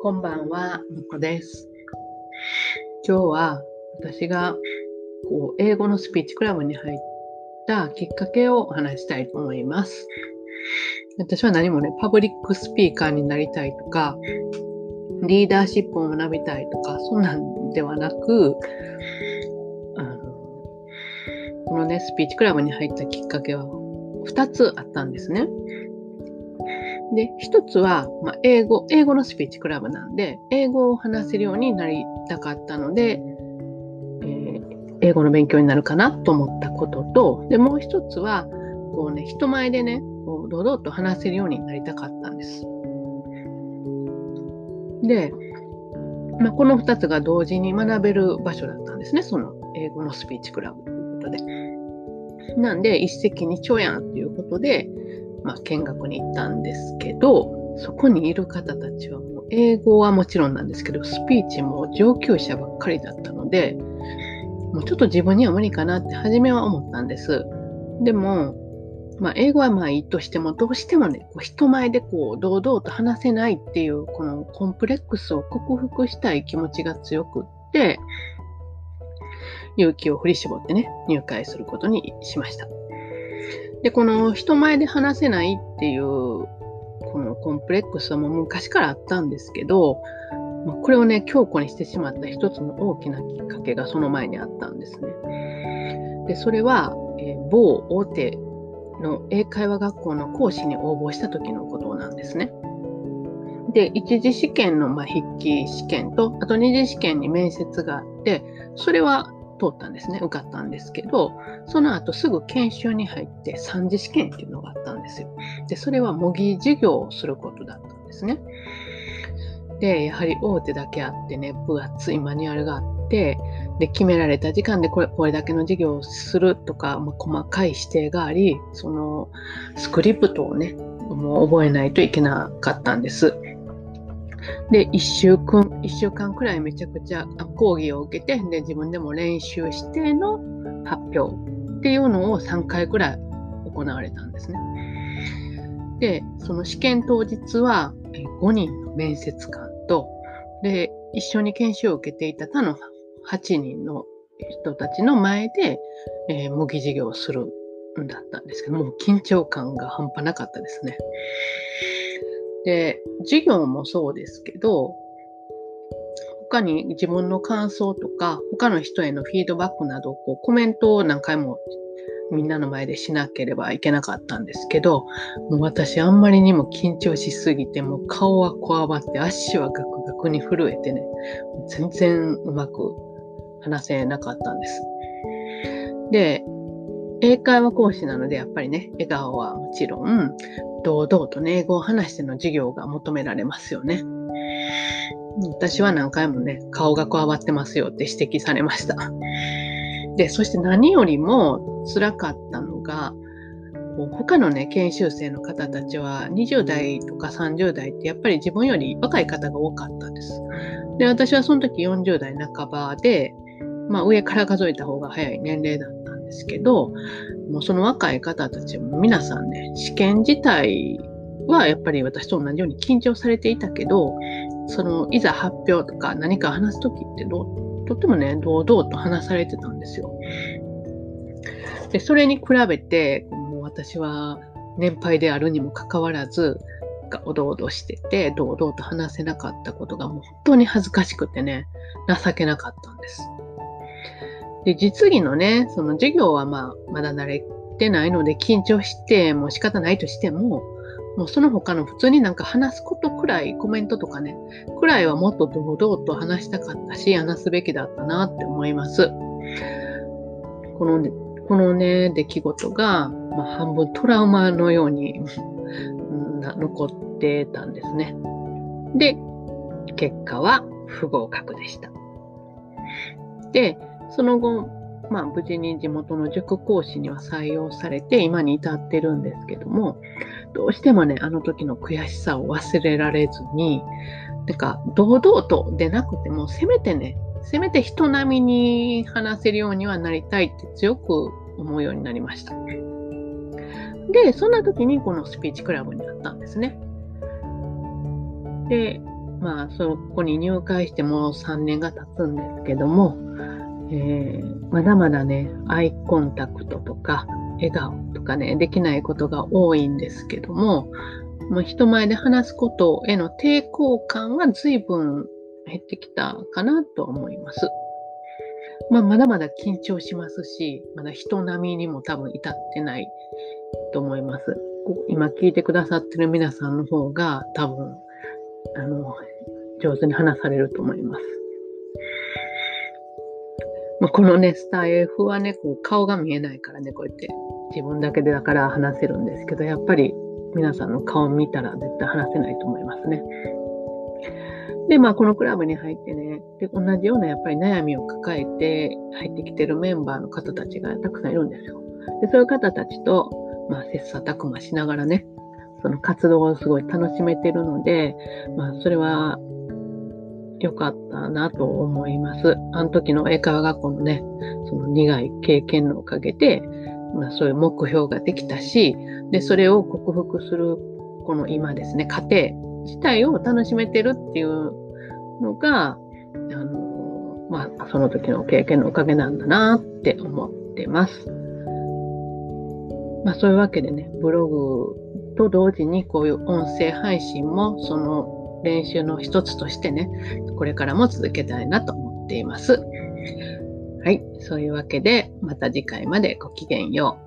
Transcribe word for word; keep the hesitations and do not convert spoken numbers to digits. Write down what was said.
こんばんは、むこです。今日は私がこう英語のスピーチクラブに入ったきっかけをお話したいと思います。私は何もね、パブリックスピーカーになりたいとか、リーダーシップを学びたいとか、そんなんではなく、あのこのね、スピーチクラブに入ったきっかけはふたつあったんですね。で、一つは、まあ、英語、英語のスピーチクラブなんで、英語を話せるようになりたかったので、えー、英語の勉強になるかなと思ったことと、で、もう一つは、こうね、人前でね、こう堂々と話せるようになりたかったんです。で、まあ、この二つが同時に学べる場所だったんですね、その英語のスピーチクラブということで。なんで、一石二鳥やんということで、まあ、見学に行ったんですけど、そこにいる方たちはもう英語はもちろんなんですけど、スピーチも上級者ばっかりだったので、もうちょっと自分には無理かなって初めは思ったんです。でも、まあ、英語はまあいいとしても、どうしてもね、こう人前でこう堂々と話せないっていうこのコンプレックスを克服したい気持ちが強くって、勇気を振り絞ってね、入会することにしました。で、この人前で話せないっていうこのコンプレックスはもう昔からあったんですけど、これをね、強固にしてしまった一つの大きなきっかけがその前にあったんですね。で、それは、えー、某大手の英会話学校の講師に応募した時のことなんですね。で、一次試験のまあ筆記試験と、あと二次試験に面接があって、それは通ったんですね。受かったんですけど、その後すぐ研修に入って三次試験っていうのがあったんですよ。で、それは模擬授業をすることだったんですね。で、やはり大手だけあってね、分厚いマニュアルがあって、で、決められた時間でこれ、これだけの授業をするとか、まあ、細かい指定があり、そのスクリプトをね、もう覚えないといけなかったんです。で、一週間、一週間くらいめちゃくちゃ講義を受けて、で、自分でも練習しての発表っていうのをさんかいくらい行われたんですね。で、その試験当日はごにんの面接官と、で、一緒に研修を受けていた他のはちにんの人たちの前で、えー、模擬授業をするんだったんですけども、緊張感が半端なかったですね。で、授業もそうですけど、他に自分の感想とか、他の人へのフィードバックなど、こうコメントを何回もみんなの前でしなければいけなかったんですけど、もう私あんまりにも緊張しすぎて、もう顔はこわばって足はガクガクに震えてね、全然うまく話せなかったんです。で、英会話講師なのでやっぱりね、笑顔はもちろん、堂々とね、英語を話しての授業が求められますよね。私は何回もね、顔がこわばってますよって指摘されました。で、そして何よりも辛かったのが、他のね、研修生の方たちはにじゅう代とかさんじゅう代ってやっぱり自分より若い方が多かったんです。で、私はその時よんじゅう代半ばで、まあ上から数えた方が早い年齢だったんですけど、もうその若い方たちも皆さんね、試験自体はやっぱり私と同じように緊張されていたけど、そのいざ発表とか何か話す時ってどうとってもね、堂々と話されてたんですよ。で、それに比べて、もう私は年配であるにもかかわらず、おどおどしてて、堂々と話せなかったことがもう本当に恥ずかしくてね、情けなかったんです。で、実技のね、その授業はまあ、まだ慣れてないので緊張してもう仕方ないとしても、もうその他の普通になんか話すことくらい、コメントとかね、くらいはもっと堂々と話したかったし、話すべきだったなって思います。このね、このね、出来事が、まあ、半分トラウマのように残ってたんですね。で、結果は不合格でした。で、その後、まあ、無事に地元の塾講師には採用されて、今に至ってるんですけども、どうしてもね、あの時の悔しさを忘れられずに、なんか、堂々とでなくても、せめてね、せめて人並みに話せるようにはなりたいって強く思うようになりました。で、そんな時にこのスピーチクラブにあったんですね。で、 まあ、そこに入会してもうさんねんが経つんですけども、えー、まだまだね、アイコンタクトとか、笑顔とかね、できないことが多いんですけども、もう人前で話すことへの抵抗感は随分減ってきたかなと思います。まあ、まだまだ緊張しますし、まだ人並みにも多分至ってないと思います。今聞いてくださってる皆さんの方が多分、あの、上手に話されると思います。まあ、このね、スタイフはね、こう顔が見えないからね、こうやって自分だけでだから話せるんですけど、やっぱり皆さんの顔見たら絶対話せないと思いますね。で、まあ、このクラブに入ってね、で同じようなやっぱり悩みを抱えて入ってきてるメンバーの方たちがたくさんいるんですよ。で、そういう方たちと、まあ、切磋琢磨しながらね、その活動をすごい楽しめてるので、まあ、それは良かったなと思います。あの時の英会話学校のね、その苦い経験のおかげで、まあ、そういう目標ができたし、で、それを克服する、この今ですね、過程自体を楽しめてるっていうのが、あの、まあ、その時の経験のおかげなんだなって思ってます。まあ、そういうわけでね、ブログと同時にこういう音声配信もその練習の一つとしてね、これからも続けたいなと思っています。はい、そういうわけでまた次回までごきげんよう。